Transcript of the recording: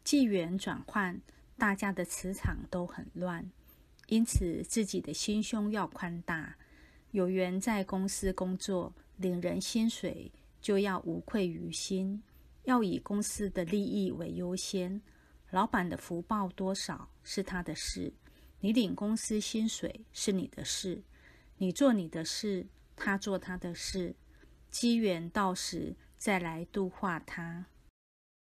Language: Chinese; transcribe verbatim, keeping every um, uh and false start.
纪元转换，大家的磁场都很乱，因此自己的心胸要宽大。有缘在公司工作，领人薪水就要无愧于心，要以公司的利益为优先。老板的福报多少是他的事，你领公司薪水是你的事，你做你的事，他做他的事，机缘到时再来度化他。